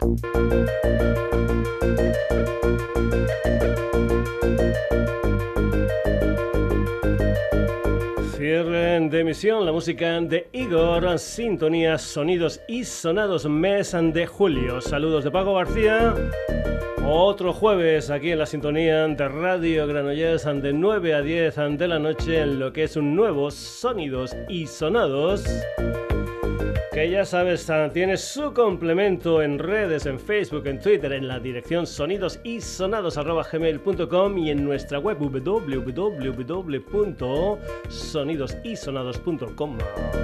Cierre de emisión, la música de Igor, sintonía, sonidos y sonados, mes de julio. Saludos de Paco García. Otro jueves aquí en la sintonía de Radio Granollers de 9 a 10 de la noche en lo que es un nuevo Sonidos y Sonados, que ya sabes, tiene su complemento en redes, en Facebook, en Twitter, en la dirección sonidosysonados@gmail.com y en nuestra web www.sonidosysonados.com.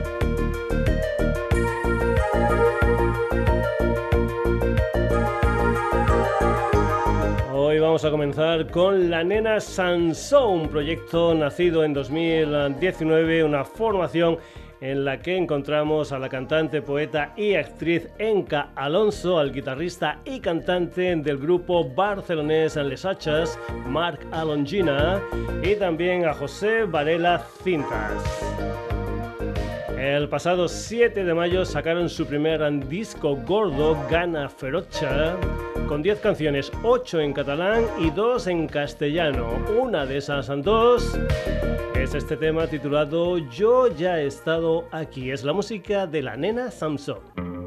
Hoy vamos a comenzar con La Nena Sansó, un proyecto nacido en 2019, una formación en la que encontramos a la cantante, poeta y actriz Enka Alonso, al guitarrista y cantante del grupo barcelonés Les Hachas, Marc Alongina, y también a José Varela Cintas. El pasado 7 de mayo sacaron su primer disco gordo, Gana Ferocha, con 10 canciones, 8 en catalán y 2 en castellano. Una de esas 2 es este tema titulado Yo ya he estado aquí. Es la música de La Nena Sansó.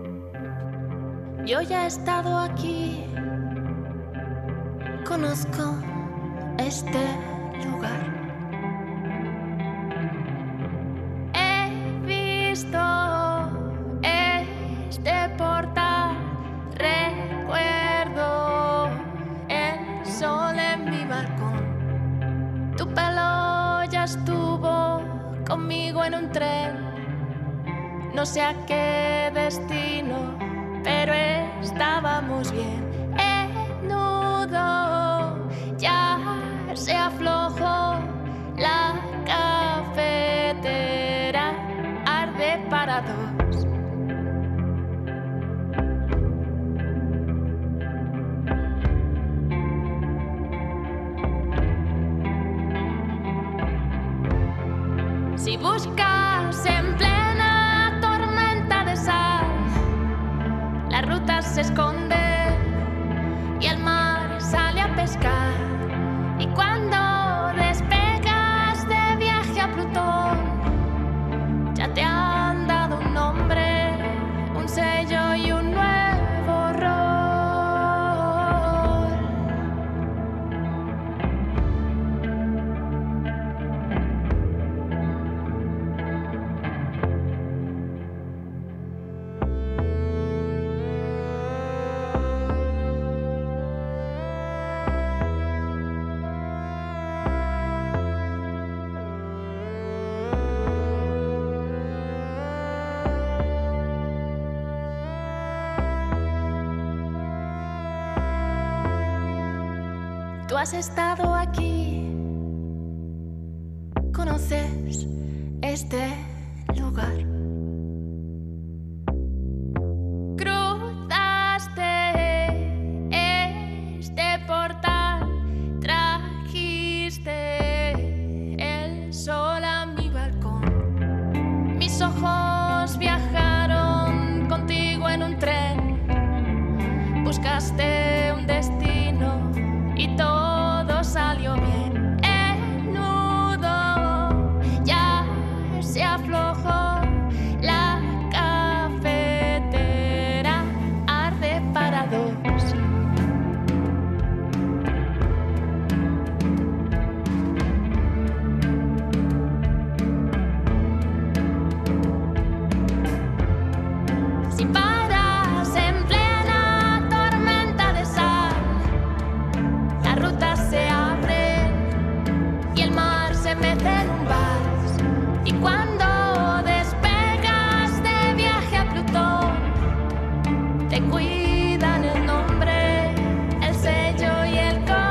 Yo ya he estado aquí, conozco este lugar. He visto este portal, recuerdo el sol en mi balcón. Tu pelo ya estuvo conmigo en un tren, no sé a qué destino, pero estábamos bien. El nudo ya se aflojó, la cafetera arde para dos. Si buscas en plena tormenta de sal, las rutas se esconden y el mar sale a pescar. Y cuando despegas de viaje a Plutón, ya te han dado un nombre, un sello y un nuevo rol. Tú has estado aquí, conoces este lugar. Cruzaste este portal, trajiste el sol a mi balcón. Mis ojos viajaron contigo en un tren, buscaste un destino y todo salió bien. El nudo ya se aflojó, la cafetera arde para dos. Si paras en plena tormenta de sal, las rutas se abren y el mar se mece en un vals. Y cuando despegas de viaje a Plutón, te cuidan el nombre, el sello y el corazón.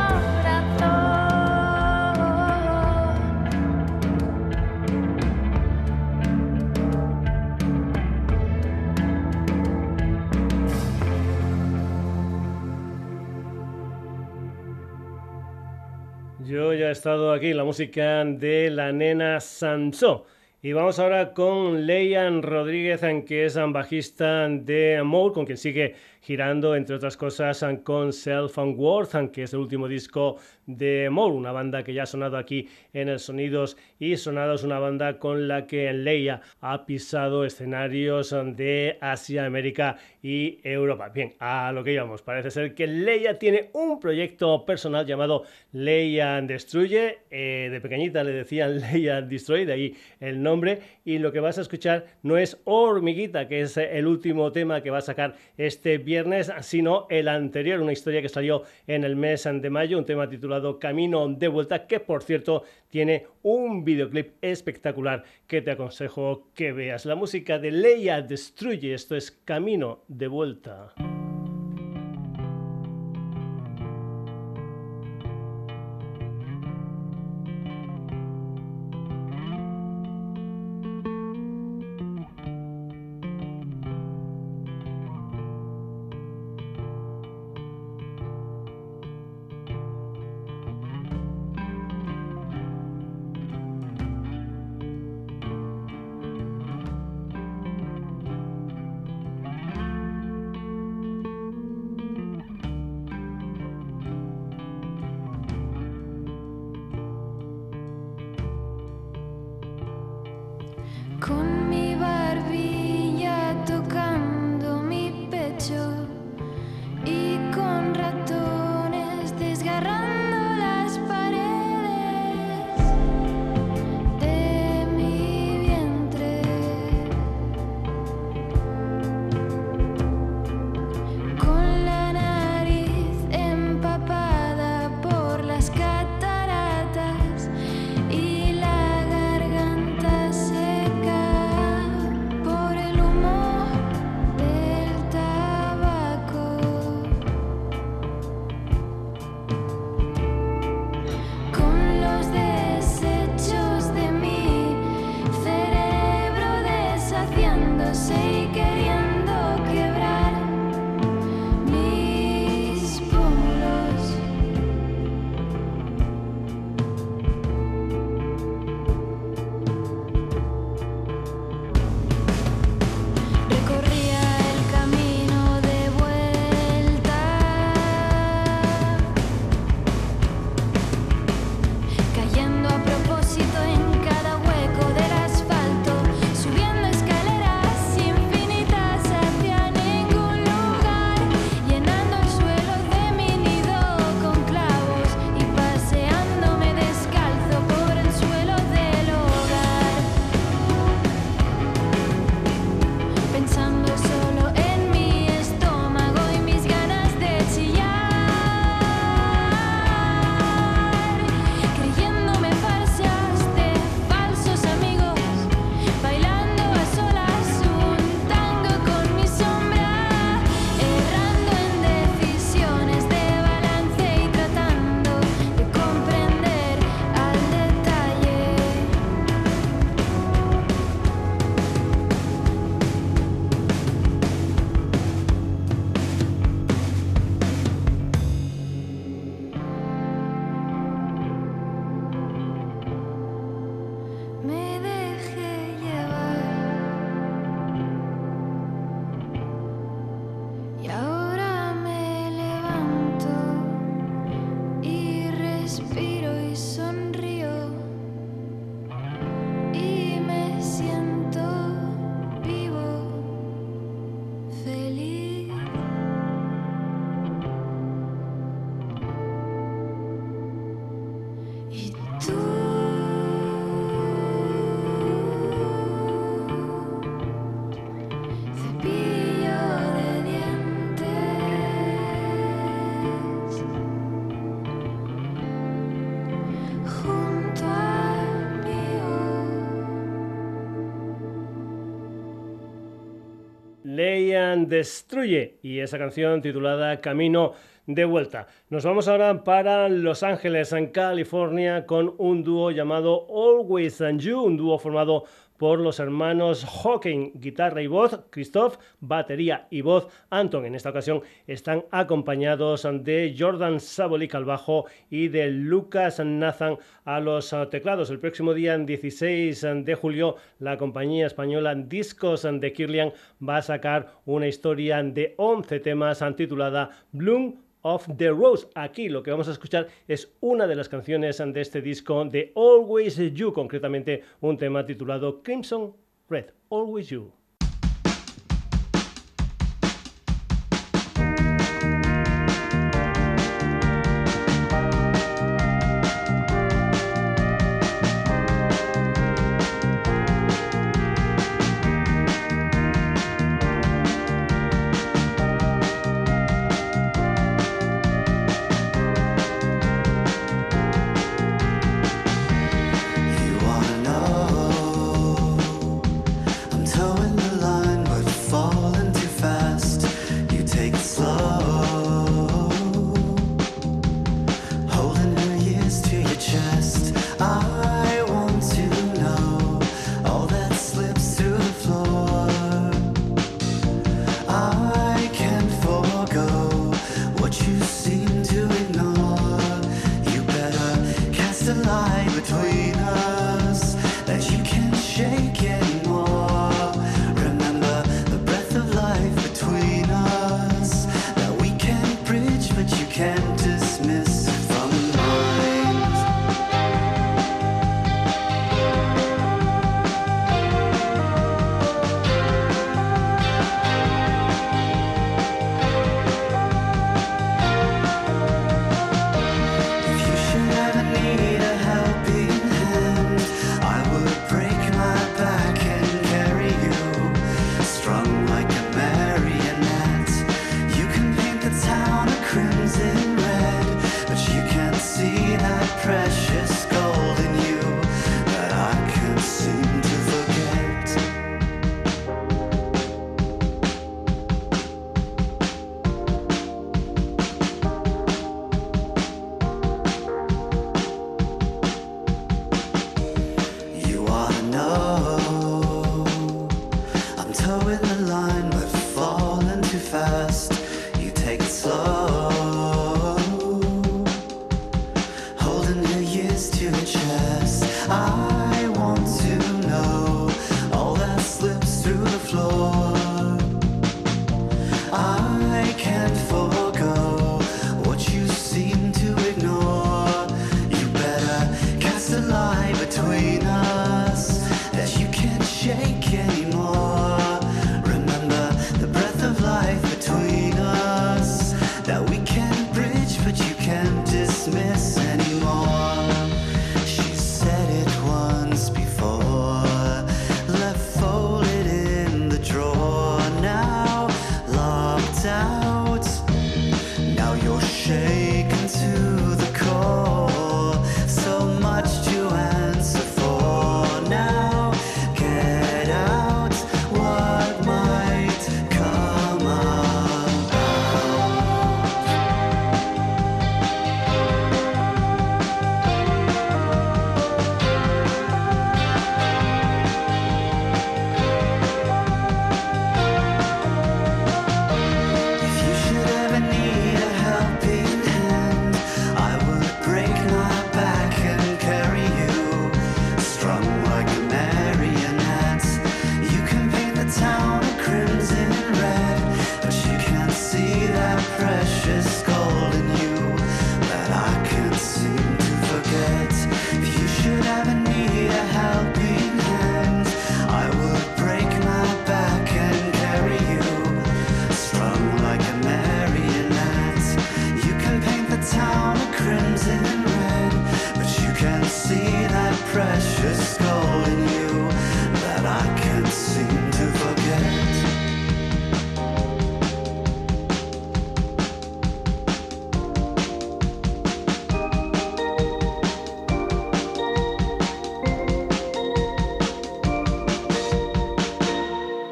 Yo ya he estado aquí, la música de La Nena Sansó. Y vamos ahora con Leian Rodríguez, que es bajista de Moore, con quien sigue girando entre otras cosas con Self and Worth, que es el último disco de Moore, una banda que ya ha sonado aquí en el Sonidos y Sonados, una banda con la que Leia ha pisado escenarios de Asia, América y Europa. Bien, a lo que íbamos, parece ser que Leia tiene un proyecto personal llamado Leia Destruye, de pequeñita le decían Leia Destroy, de ahí el nombre, y lo que vas a escuchar no es Hormiguita, que es el último tema que va a sacar este viernes, sino el anterior, una historia que salió en el mes de mayo, un tema titulado Camino de Vuelta, que por cierto tiene un videoclip espectacular que te aconsejo que veas. La música de Leia Destruye, esto es Camino de Vuelta. Con mi barbilla tocando mi pecho y con ratones desgarrando las paredes de mi vientre, con la nariz empapada por las cataratas y la garganta seca por el humo del tabaco, con los desechos de mi cerebro deshaciéndose y queriendo quebrar mis pómulos. Recorría el camino de vuelta, cayendo a propósito en cada hueco del asfalto, subiendo escaleras infinitas hacia ningún lugar, llenando el suelo de mi nido con clavos y paseándome descalzo por el suelo del hogar, pensando solo en mi estómago y mis ganas de chillar, creyéndome farsas de falsos amigos, bailando a solas un tango con mi sombra, errando en decisiones de balance y tratando de comprender al detalle. Me dejé llevar y ahora me levanto y respiro y sonrío y me siento vivo, feliz. Y tú, cepillo de dientes, junto al mío. Leia Destruye y esa canción titulada Camino de Vuelta. Nos vamos ahora para Los Ángeles, en California, con un dúo llamado Always and You, un dúo formado por los hermanos Hawking, guitarra y voz, Christoph, batería y voz, Anton. En esta ocasión están acompañados de Jordan Sabolik al bajo y de Lucas Nathan a los teclados. El próximo día 16 de julio la compañía española Discos de Kirlian va a sacar una historia de 11 temas titulada Bloom of the Rose. Aquí lo que vamos a escuchar es una de las canciones de este disco de Always You, concretamente un tema titulado Crimson Red, Always You.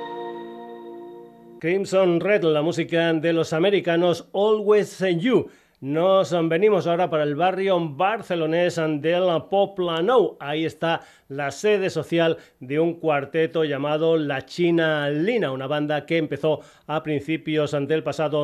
Crimson Red, la música de los americanos Always You. Nos venimos ahora para el barrio barcelonés del Poblenou. Ahí está la sede social de un cuarteto llamado La China Lina, una banda que empezó a principios del pasado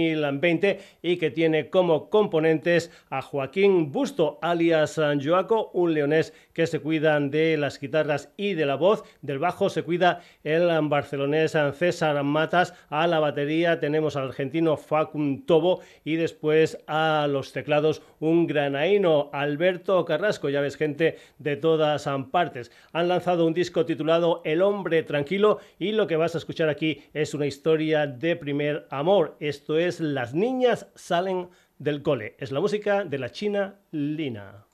2020 y que tiene como componentes a Joaquín Busto, alias Joaco, un leonés que se cuida de las guitarras y de la voz. Del bajo se cuida el barcelonés César Matas. A la batería tenemos al argentino Facun Tobo y después a los teclados un granaíno, Alberto Carrasco. Ya ves, gente de todas partes. Han lanzado un disco titulado El hombre tranquilo y lo que vas a escuchar aquí es una historia de primer amor. Esto es Las niñas salen del cole. Es la música de La China Lina.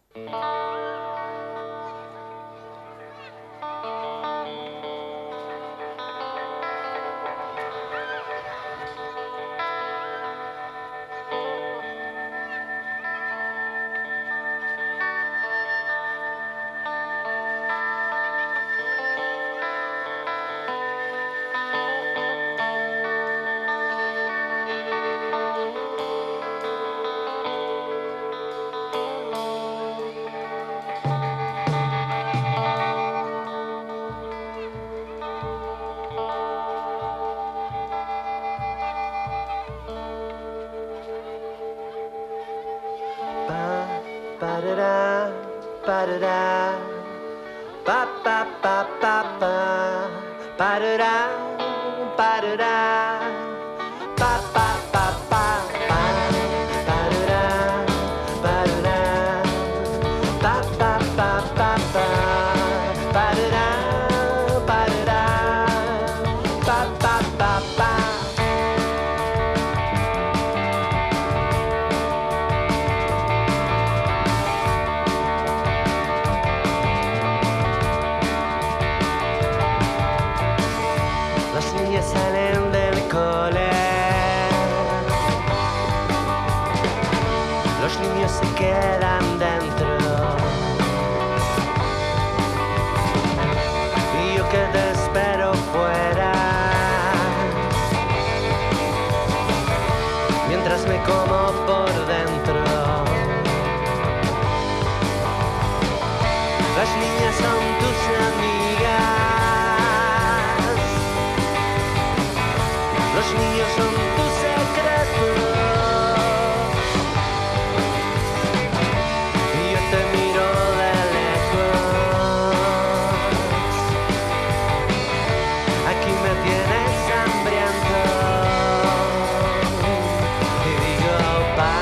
Tienes hambriento y digo,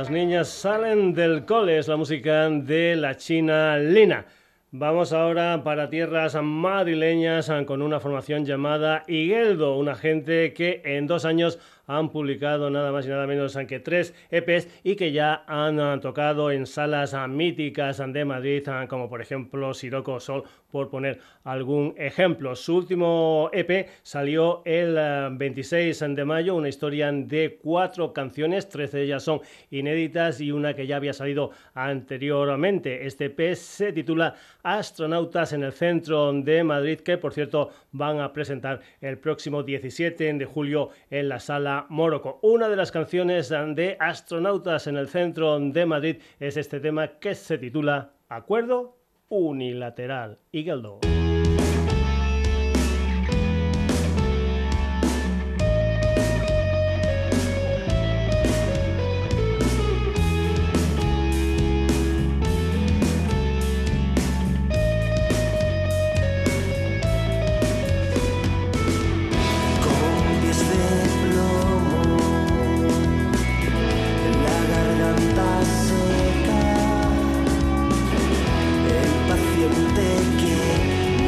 las niñas salen del cole, es la música de la china Lina. Vamos ahora para tierras madrileñas con una formación llamada Igeldo, una gente que en 2 años han publicado nada más y nada menos que 3 EPs y que ya han tocado en salas míticas de Madrid, como por ejemplo Siroco Sol, por poner algún ejemplo. Su último EP salió el 26 de mayo, una historia de 4 canciones, 3 de ellas son inéditas y una que ya había salido anteriormente. Este EP se titula Astronautas en el centro de Madrid, que por cierto van a presentar el próximo 17 de julio en la Sala Morocco. Una de las canciones de Astronautas en el centro de Madrid es este tema que se titula Acuerdo Unilateral. Igeldo. Que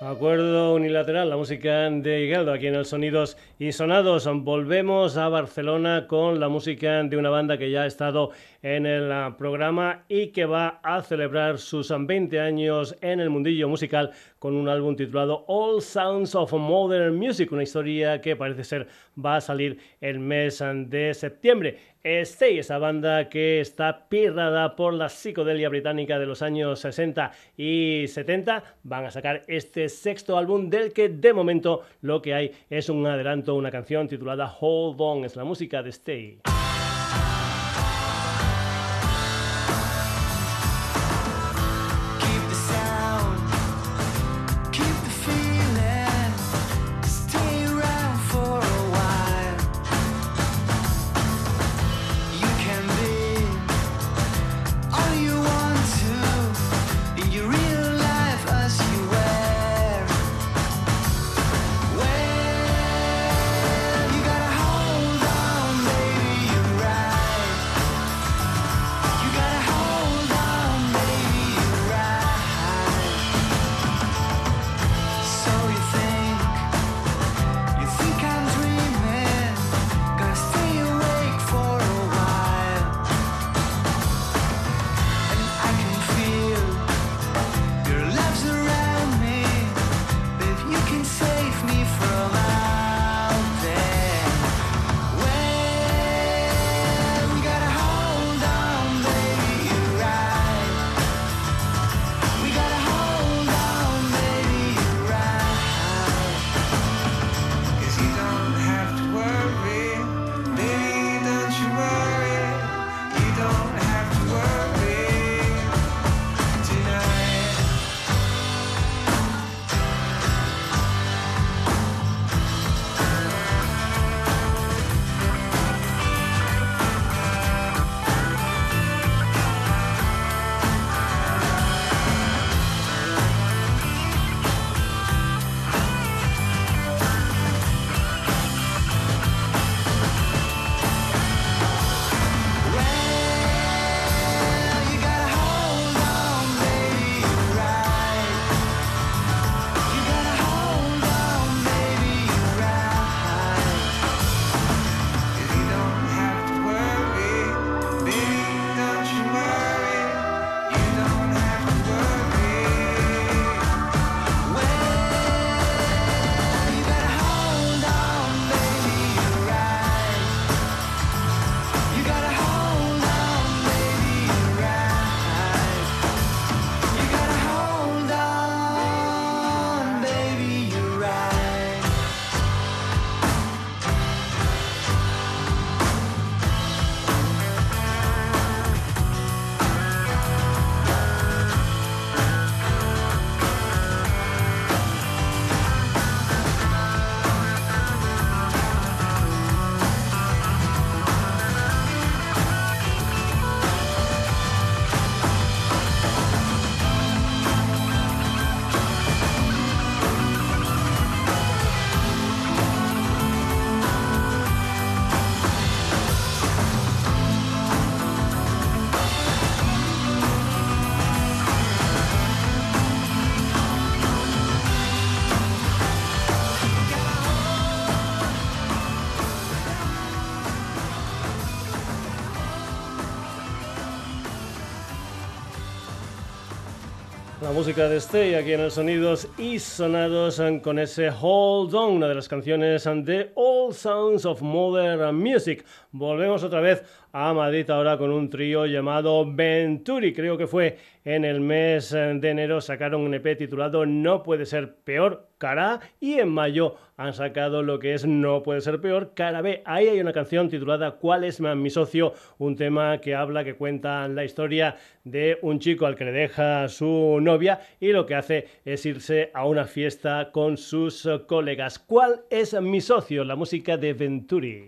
Acuerdo unilateral, la música de Igeldo aquí en el Sonidos y Sonados. Volvemos a Barcelona con la música de una banda que ya ha estado en el programa y que va a celebrar sus 20 años en el mundillo musical con un álbum titulado All Sounds of Modern Music, una historia que parece ser va a salir el mes de septiembre. Stay, esa banda que está pirrada por la psicodelia británica de los años 60 y 70, van a sacar este sexto álbum del que de momento lo que hay es un adelanto, una canción titulada Hold On, es la música de Stay. La música de Stay aquí en el Sonidos y Sonados con ese Hold On, una de las canciones de All Sounds of Modern Music. Volvemos otra vez a Madrid ahora con un trío llamado Venturi. Creo que fue en el mes de enero, sacaron un EP titulado No Puede Ser Peor, cara A, y en mayo han sacado lo que es No Puede Ser Peor, cara B. Ahí hay una canción titulada ¿Cuál es mi socio? Un tema que habla, que cuenta la historia de un chico al que le deja su novia y lo que hace es irse a una fiesta con sus colegas. ¿Cuál es mi socio? La música de Venturi.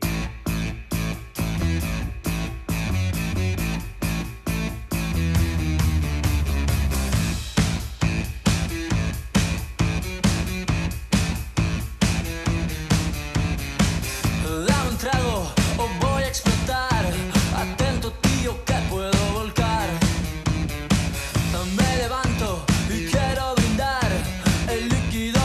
Me levanto y quiero brindar el líquido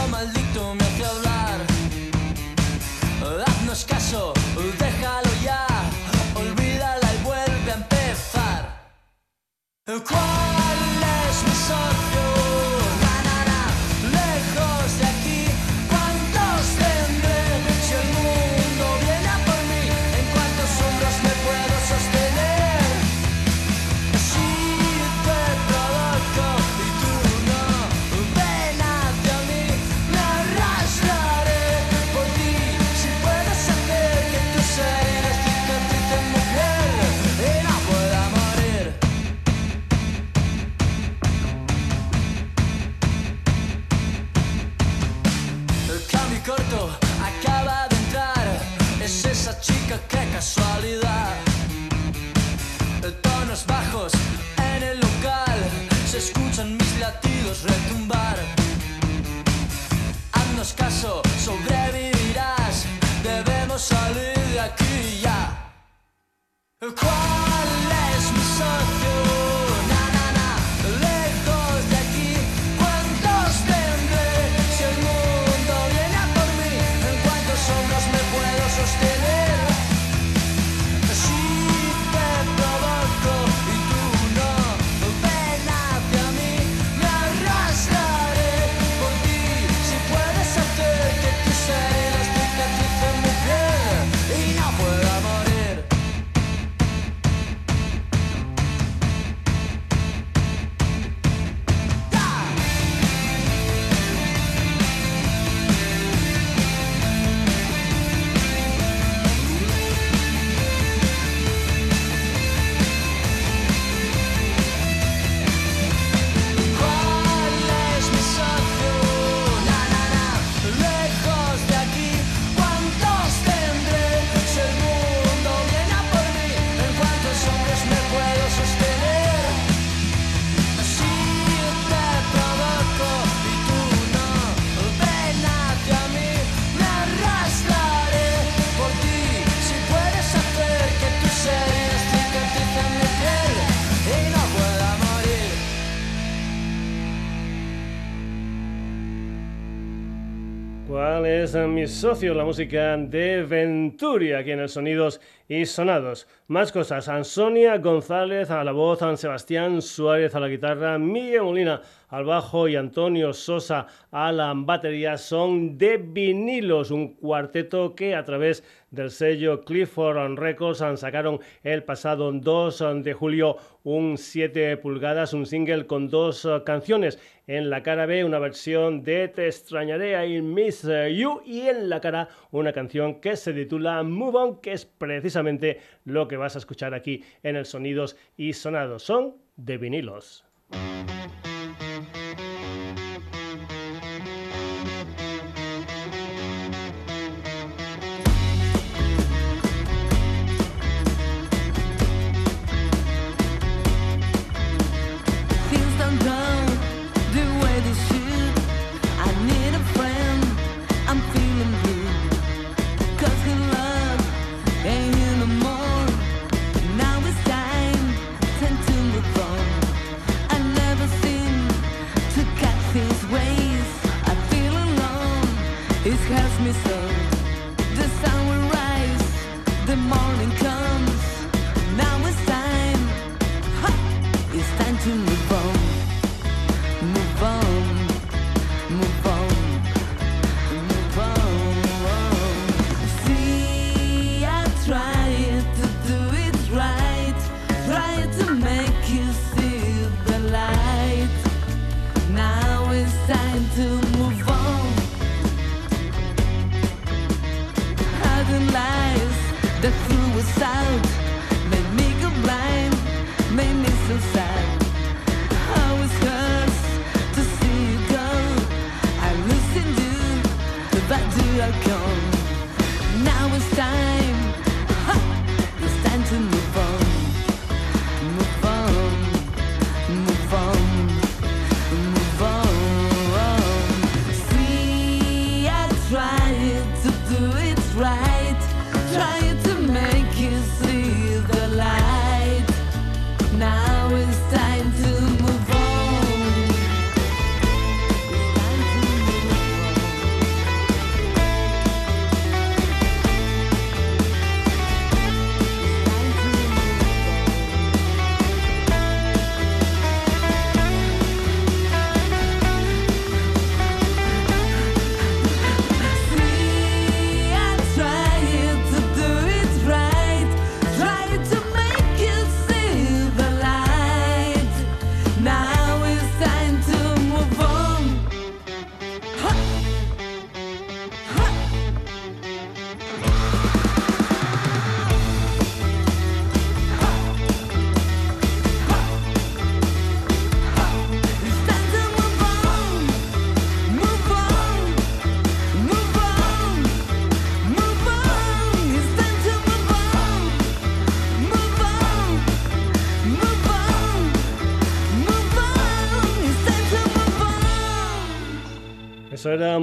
¿Cuál es mi socio? La música de Venturi, aquí en el Sonidos y Sonados. Más cosas. Sonia González a la voz, Sebastián Suárez a la guitarra, Miguel Molina al bajo y Antonio Sosa a la batería son De Vinilos, un cuarteto que a través del sello Clifford Records sacaron el pasado 2 de julio un 7 pulgadas, un single con 2 canciones. En la cara B una versión de Te extrañaré, I Miss You, y en la cara una canción que se titula Move On, que es precisamente lo que vas a escuchar aquí en el Sonidos y Sonados. Son De Vinilos.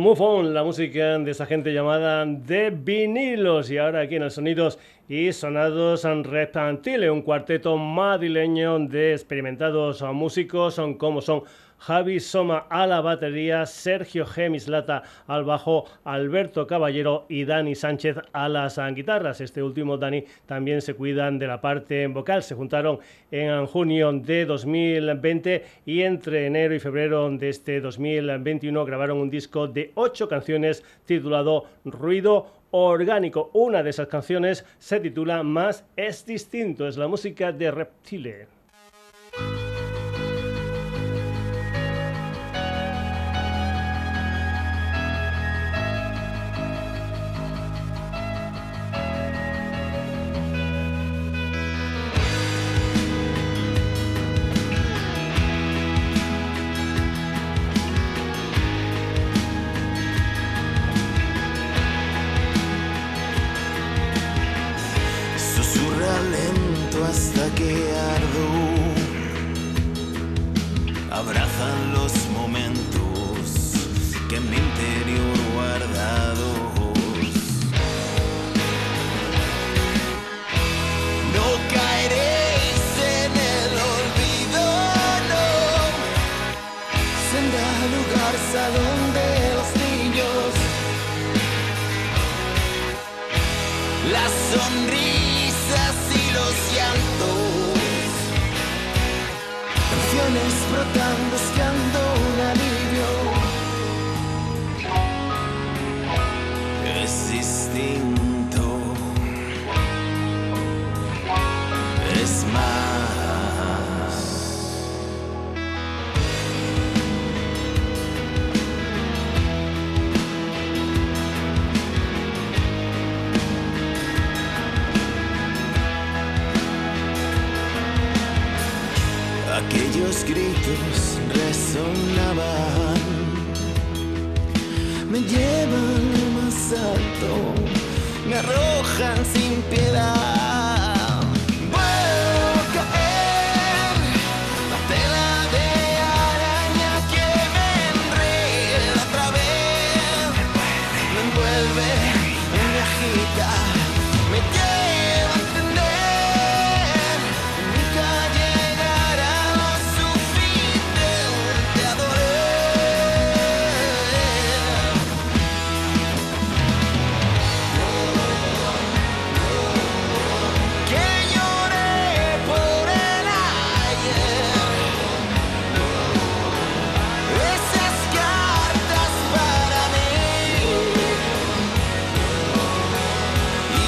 Move On, la música de esa gente llamada The Vinilos. Y ahora aquí en el Sonidos y Sonados Reptile, un cuarteto madrileño de experimentados músicos como son Javi Soma a la batería, Sergio G. Mislata al bajo, Alberto Caballero y Dani Sánchez a las guitarras. Este último, Dani, también se cuidan de la parte vocal. Se juntaron en junio de 2020 y entre enero y febrero de este 2021 grabaron un disco de 8 canciones titulado Ruido Orgánico. Una de esas canciones se titula Más es distinto. Es la música de Reptile. Hasta que ardo, abrazan los momentos que en mi interior guardados. No caeréis en el olvido, no. Senda, lugar, salón de los niños. Las sonrisas y los llantos, canciones brotan buscando un alivio. Es distinto, es más. Aquellos gritos resonaban, me llevan más alto, me arrojan sin piedad. Vuelvo a caer, la tela de araña que me enreda otra vez, me envuelve, me agita, me lleva a entender nunca llegar a lo suficiente adorar. Que lloré por el ayer, esas cartas para mí, y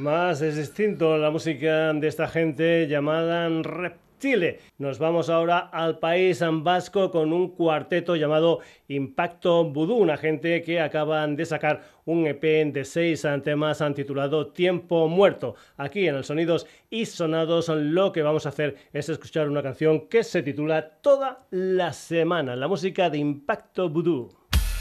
Más es distinto la música de esta gente llamada Reptile. Nos vamos ahora al País Vasco con un cuarteto llamado Impacto Vudú, una gente que acaban de sacar un EP de 6 temas titulado Tiempo Muerto. Aquí en el Sonidos y Sonados lo que vamos a hacer es escuchar una canción que se titula Toda la Semana, la música de Impacto Vudú.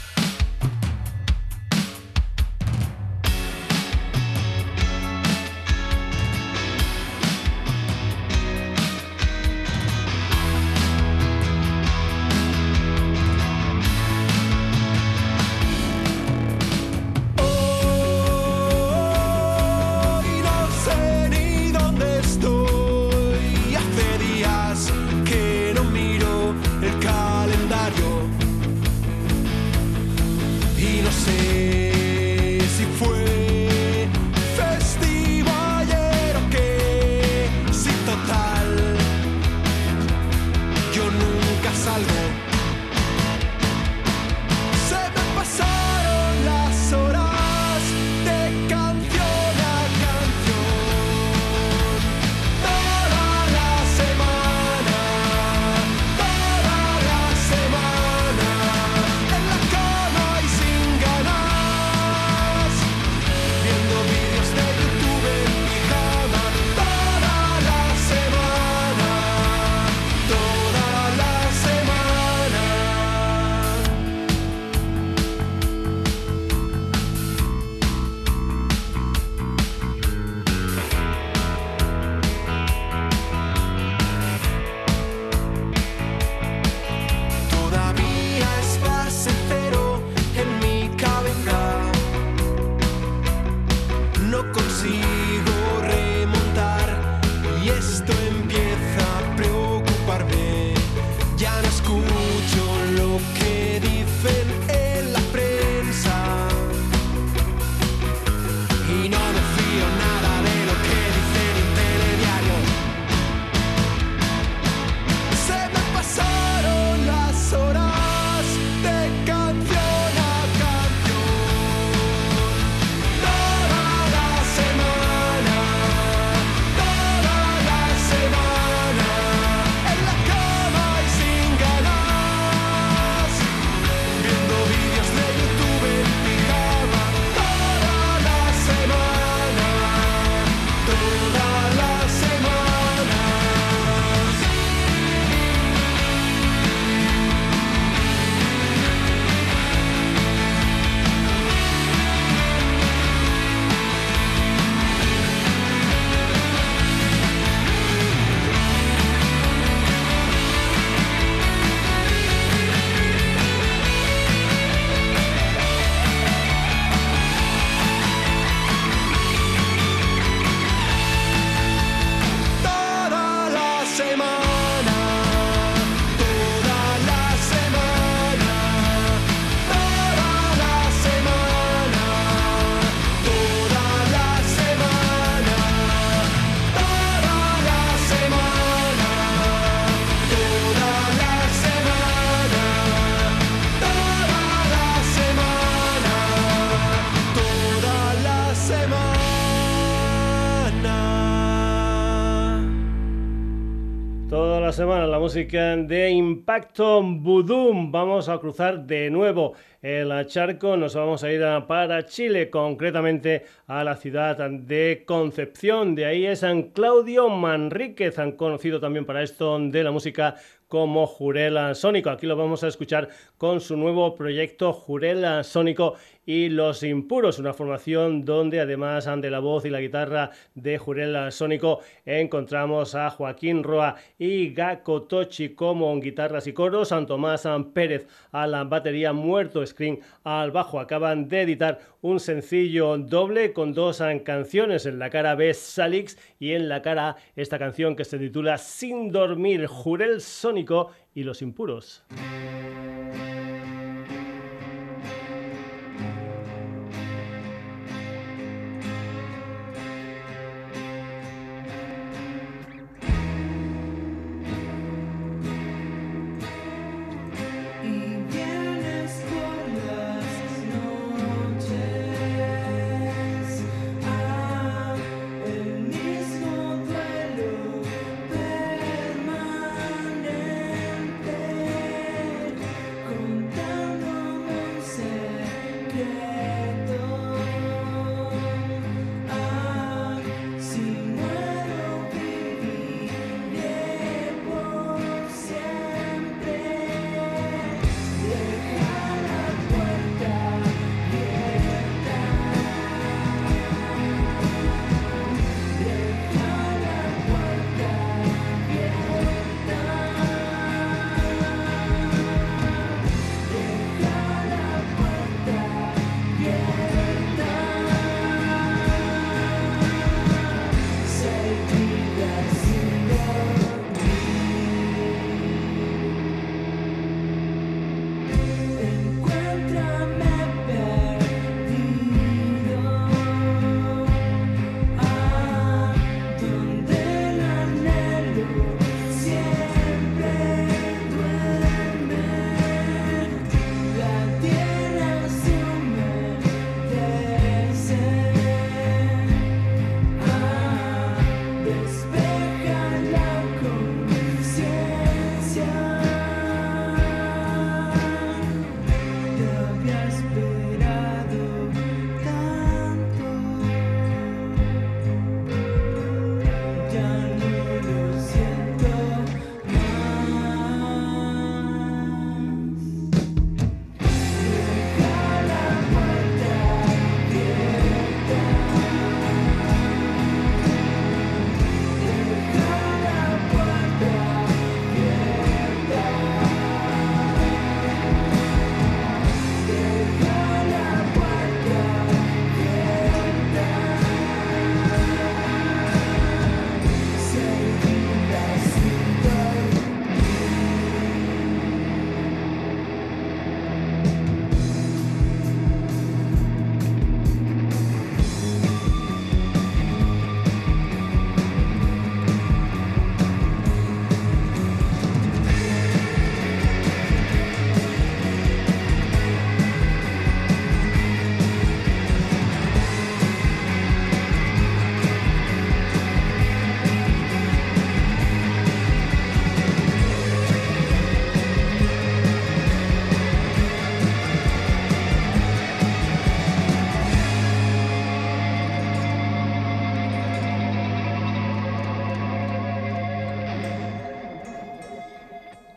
Semana la música de Impacto Vudú. Vamos a cruzar de nuevo el charco, nos vamos a ir para Chile, concretamente a la ciudad de Concepción. De ahí es San Claudio Manríquez, han conocido también para esto de la música como Jurel Sónico. Aquí lo vamos a escuchar con su nuevo proyecto Jurel Sónico y Los Impuros, una formación donde además de la voz y la guitarra de Jurel Sónico encontramos a Joaquín Roa y Gako Tochi como guitarras y coros, San Tomás Pérez a la batería, Muerto Screen al bajo. Acaban de editar un sencillo doble con 2 canciones, en la cara B Salix y en la cara A esta canción que se titula Sin Dormir, Jurel Sónico y Los Impuros.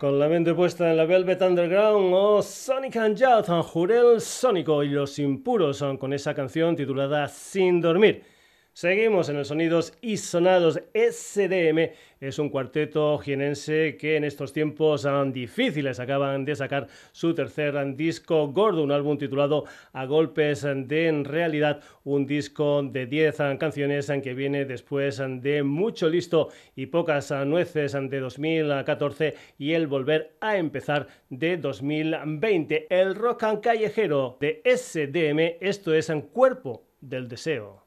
Con la mente puesta en la Velvet Underground o Sonic and Youth, Jurel Sónico y Los Impuros con esa canción titulada Sin Dormir. Seguimos en el Sonidos y Sonados. SDM es un cuarteto jienense que en estos tiempos difíciles acaban de sacar su tercer disco gordo, un álbum titulado A Golpes de Realidad, un disco de 10 canciones que viene después de Mucho Listo y Pocas Nueces de 2014 y El Volver a Empezar de 2020. El rock callejero de SDM, esto es Cuerpo del Deseo.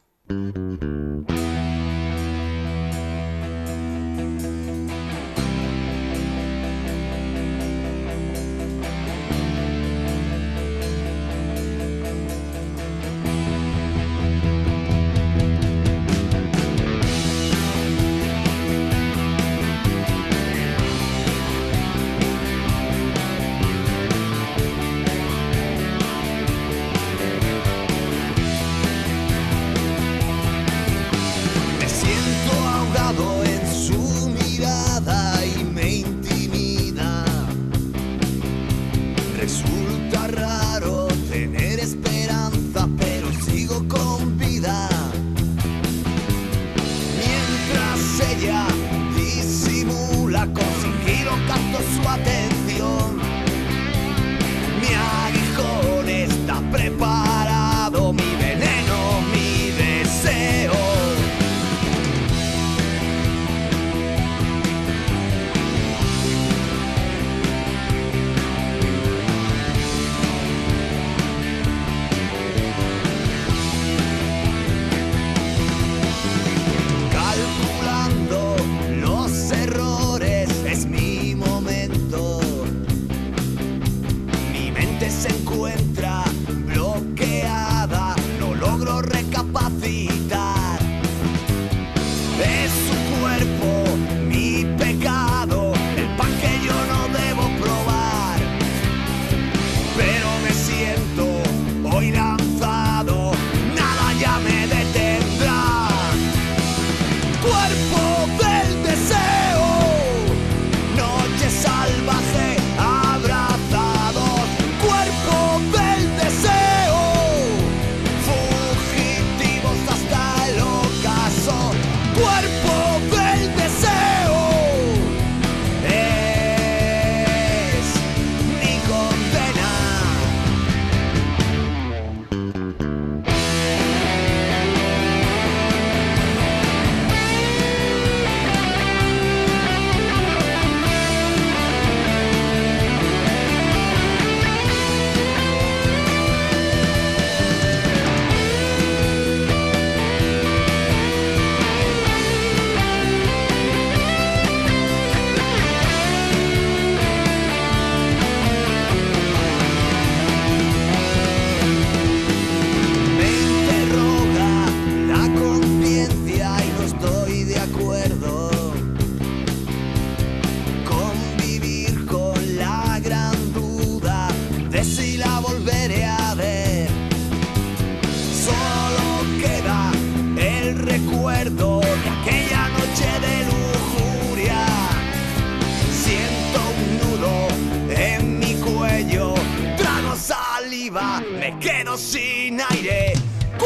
Me quedo sin aire,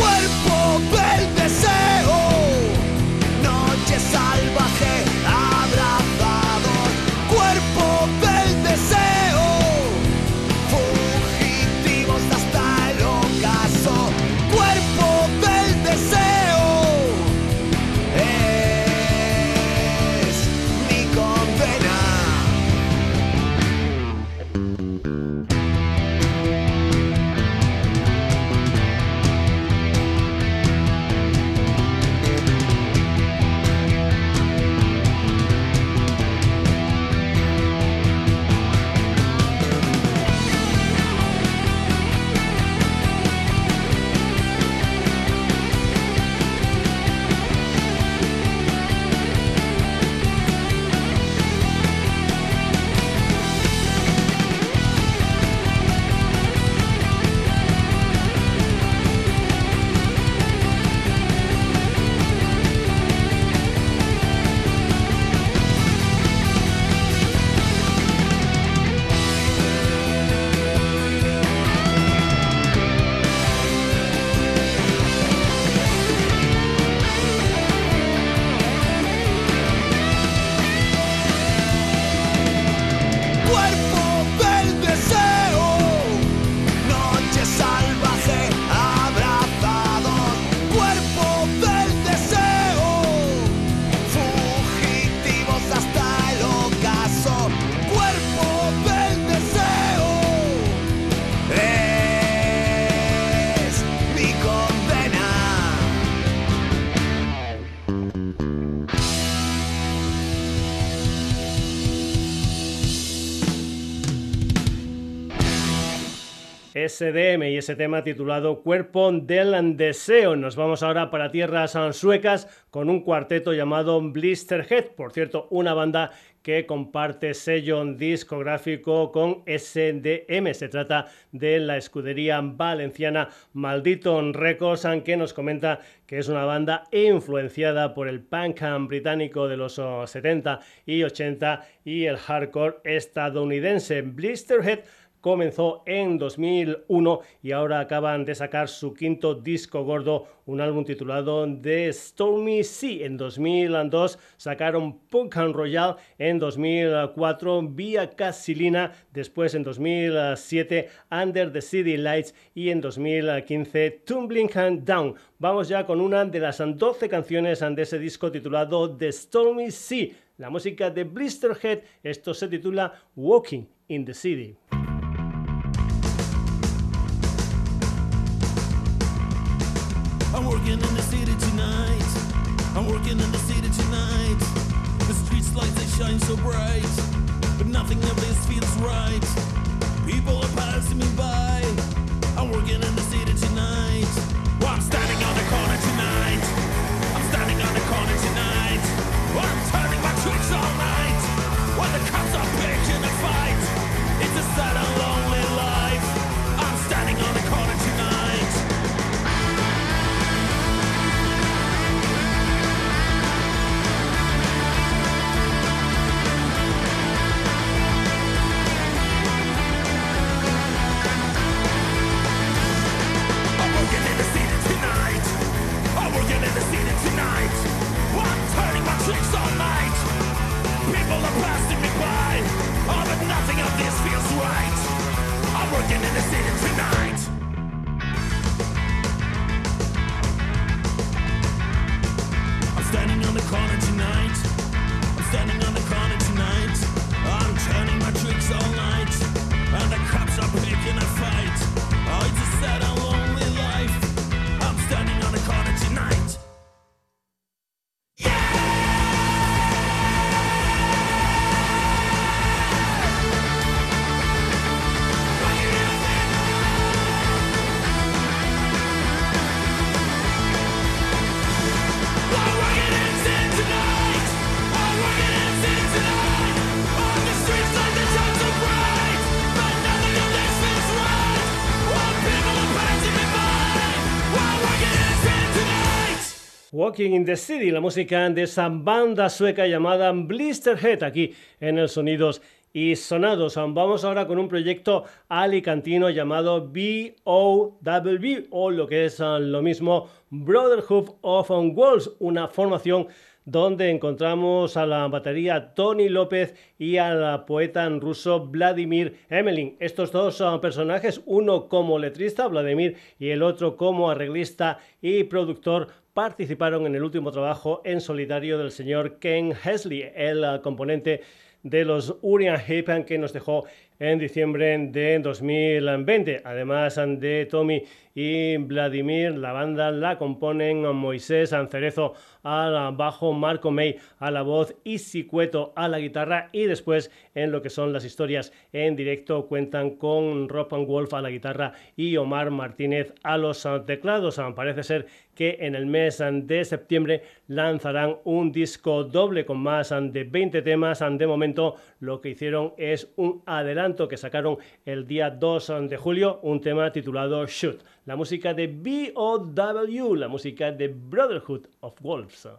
cuerpo del deseo, noche salvaje, abrazados, cuerpo del deseo, fugitivos hasta el ocaso, cuerpo del deseo, es mi condena. SDM y ese tema titulado Cuerpo del Deseo. Nos vamos ahora para tierras suecas con un cuarteto llamado Blisterhead, por cierto, una banda que comparte sello discográfico con SDM. Se trata de la escudería valenciana Maldito Records, que nos comenta que es una banda influenciada por el punk británico de los 70 y 80 y el hardcore estadounidense. Blisterhead comenzó en 2001 y ahora acaban de sacar su quinto disco gordo, un álbum titulado The Stormy Sea. En 2002 sacaron Punk and Royale, en 2004 Via Casilina, después en 2007 Under the City Lights y en 2015 Tumbling Down. Vamos ya con una de las 12 canciones de ese disco titulado The Stormy Sea, la música de Blisterhead. Esto se titula Walking in the City. I'm working in the city tonight. I'm working in the city tonight. The streets lights, they shine so bright, but nothing of this feels right. People are passing me by. I'm working in the city tonight. Well, I'm standing on the corner tonight. I'm standing on the corner tonight. Well, I'm turning my tricks all night. While the cops are picking a fight. It's a sad and lonely life. I'm standing on the corner tonight. Working in the city tonight. I'm standing on the corner tonight. I'm standing on the corner tonight. I'm turning my tricks all night, and the cops are picking a fight. Oh, it's a sad and lonely life. I'm standing on the corner tonight. Walking in the City, la música de esa banda sueca llamada Blisterhead, aquí en el Sonidos y Sonados. Vamos ahora con un proyecto alicantino llamado BOW, o lo que es lo mismo Brotherhood of Wolves, una formación donde encontramos a la batería Tony López y al poeta ruso Vladimir Emelin. Estos dos personajes, uno como letrista, Vladimir, y el otro como arreglista y productor, participaron en el último trabajo en solitario del señor Ken Hensley, el componente de los Uriah Heep, que nos dejó en diciembre de 2020. Además de Tommy y Vladimir, la banda la componen Moisés Cerezo al bajo, Marco May a la voz y Sicueto a la guitarra, y después en lo que son las historias en directo cuentan con Rob Wolf a la guitarra y Omar Martínez a los teclados. Parece ser que en el mes de septiembre lanzarán un disco doble con más de 20 temas. De momento lo que hicieron es un adelanto que sacaron el día 2 de julio, un tema titulado Shoot. La música de BOW, la música de Brotherhood of Wolves.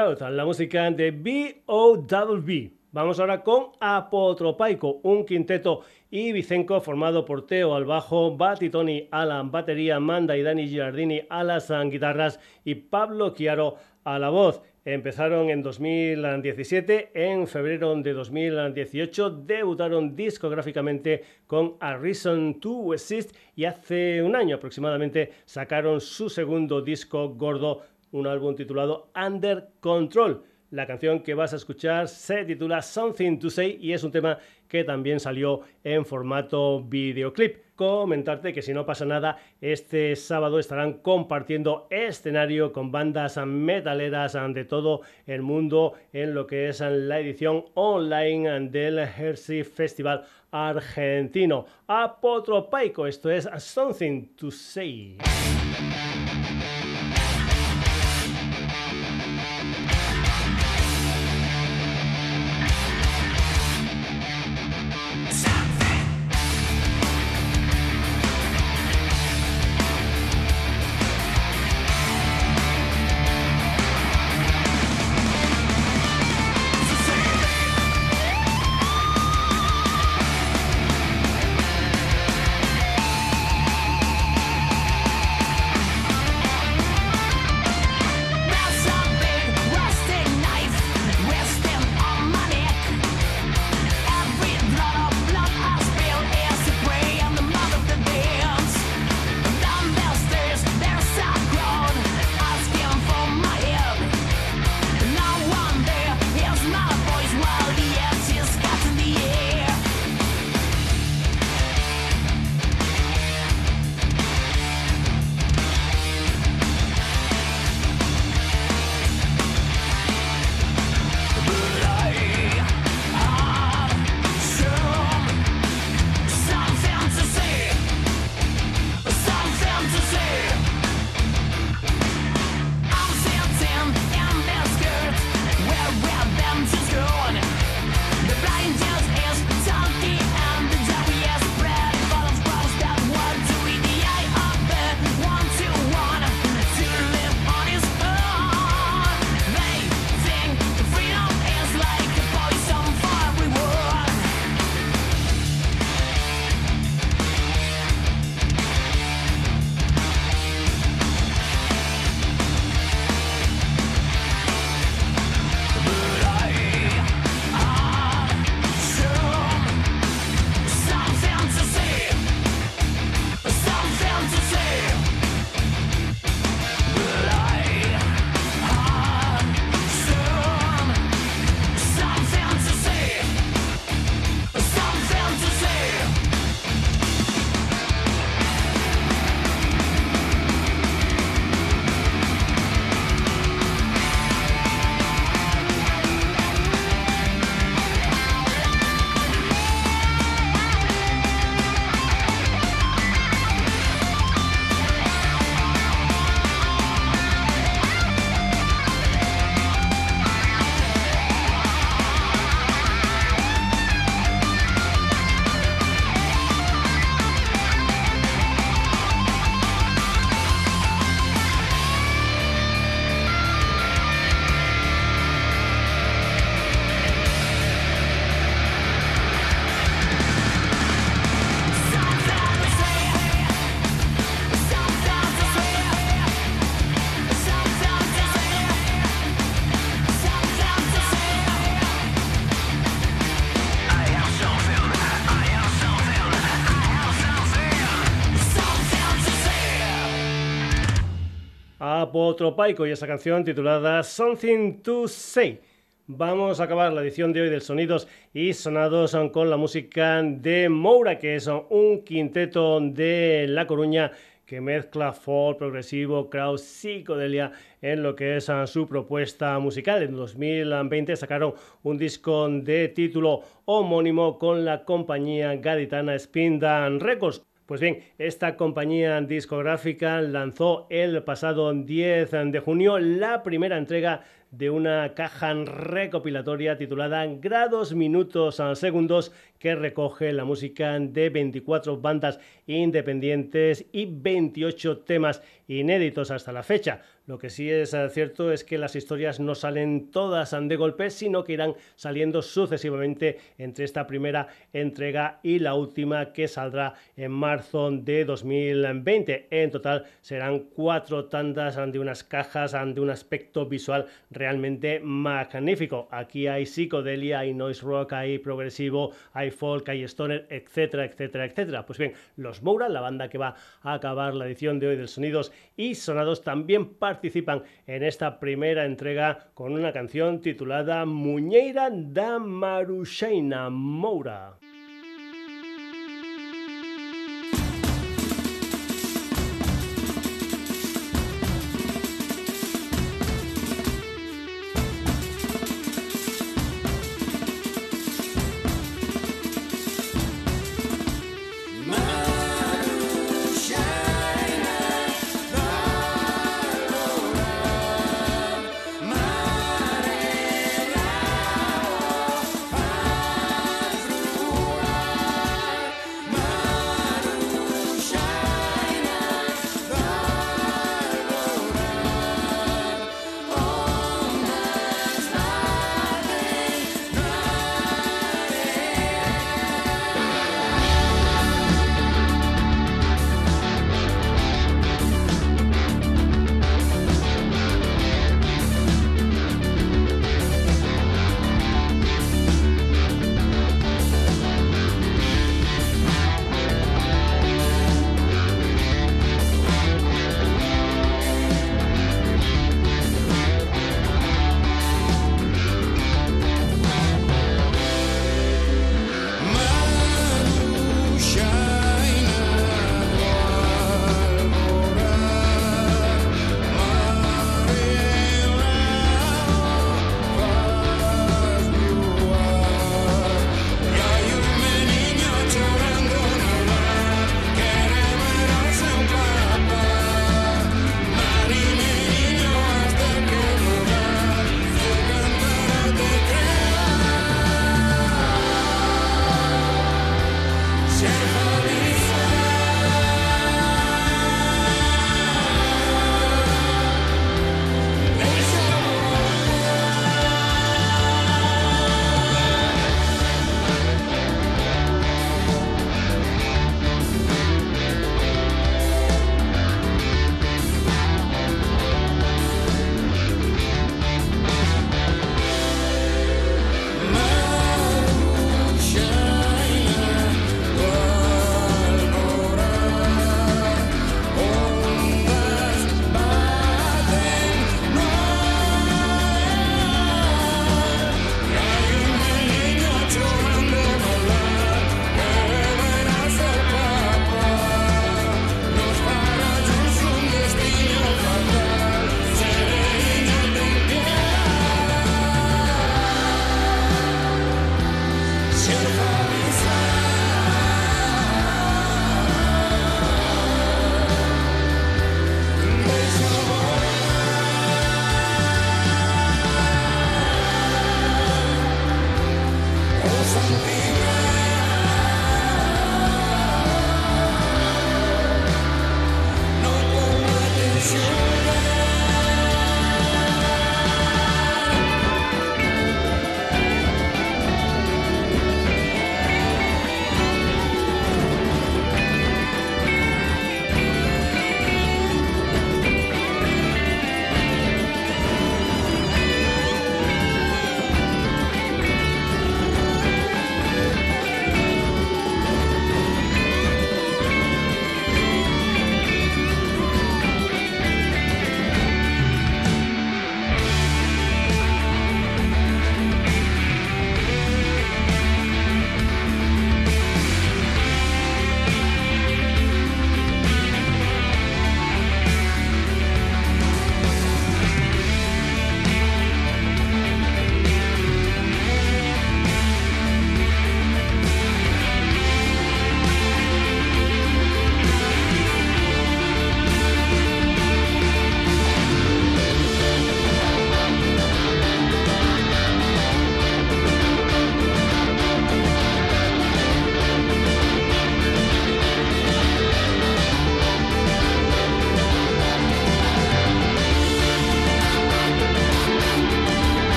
Out, la música de B.O.W.B. Vamos ahora con Apotropaico, un quinteto ibicenco formado por Teo al bajo, Bat y Tony a la batería, Manda y Dani Giardini a las guitarras y Pablo Chiaro a la voz. Empezaron en 2017, en febrero de 2018 debutaron discográficamente con A Reason to Exist y hace un año aproximadamente sacaron su segundo disco gordo, un álbum titulado Under Control. La canción que vas a escuchar se titula Something to Say y es un tema que también salió en formato videoclip. Comentarte que si no pasa nada, este sábado estarán compartiendo escenario con bandas metaleras de todo el mundo en lo que es la edición online del Hershey Festival argentino. Apotropaico, esto es Something to Say. Apotropaico y esa canción titulada Something to Say. Vamos a acabar la edición de hoy del Sonidos y Sonados con la música de Moura, que es un quinteto de La Coruña que mezcla folk, progresivo, crowd, psicodelia en lo que es su propuesta musical. En 2020 sacaron un disco de título homónimo con la compañía gaditana Spindan Records. Pues bien, esta compañía discográfica lanzó el pasado 10 de junio la primera entrega de una caja recopilatoria titulada Grados, Minutos, Segundos, que recoge la música de 24 bandas independientes y 28 temas inéditos hasta la fecha. Lo que sí es cierto es que las historias no salen todas de golpe, sino que irán saliendo sucesivamente entre esta primera entrega y la última, que saldrá en marzo de 2020. En total serán 4 tandas de unas cajas de un aspecto visual realmente magnífico. Aquí hay psicodelia, hay noise rock, hay progresivo, hay folk, hay stoner, etcétera, etcétera, etcétera. Pues bien, los Moura, la banda que va a acabar la edición de hoy del Sonidos y Sonados, también participan en esta primera entrega con una canción titulada Muñeira da Maruxeina Moura.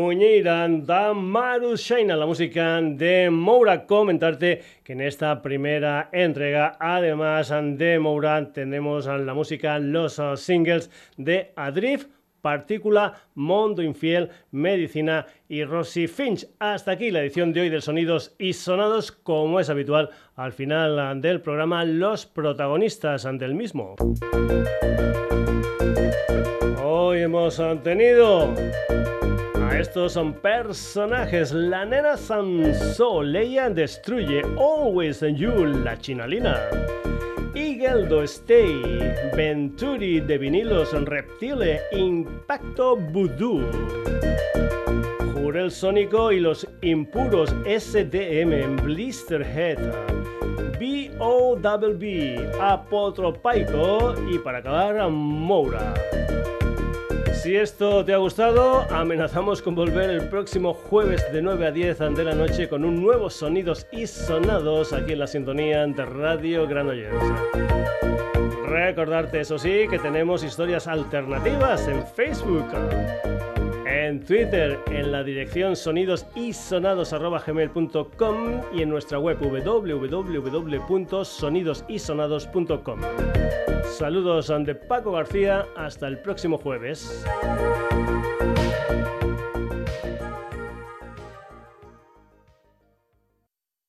Muñeira da Marushaina, la música de Moura. Comentarte que en esta primera entrega, además de Moura, tenemos la música, los singles de Adrift, Partícula, Mundo Infiel, Medicina y Rosy Finch. Hasta aquí la edición de hoy de Sonidos y Sonados. Como es habitual, al final del programa, los protagonistas del mismo. Hoy hemos tenido a estos son personajes: la nena Sansó, Leia Destruye, Always You, la Chinalina, Igeldo Stay, Venturi de Vinilos, Reptile, Impacto Voodoo, Jurel Sónico y los Impuros, SDM, Blisterhead, BOWB, Apotropaico y para acabar, Moura. Si esto te ha gustado, amenazamos con volver el próximo jueves de 9 a 10 de la noche con un nuevo Sonidos y Sonados aquí en la sintonía de Radio Granollers. Recordarte, eso sí, que tenemos historias alternativas en Facebook, en Twitter, en la dirección sonidosisonados@gmail.com y en nuestra web www.sonidosisonados.com. Saludos de Paco García, hasta el próximo jueves.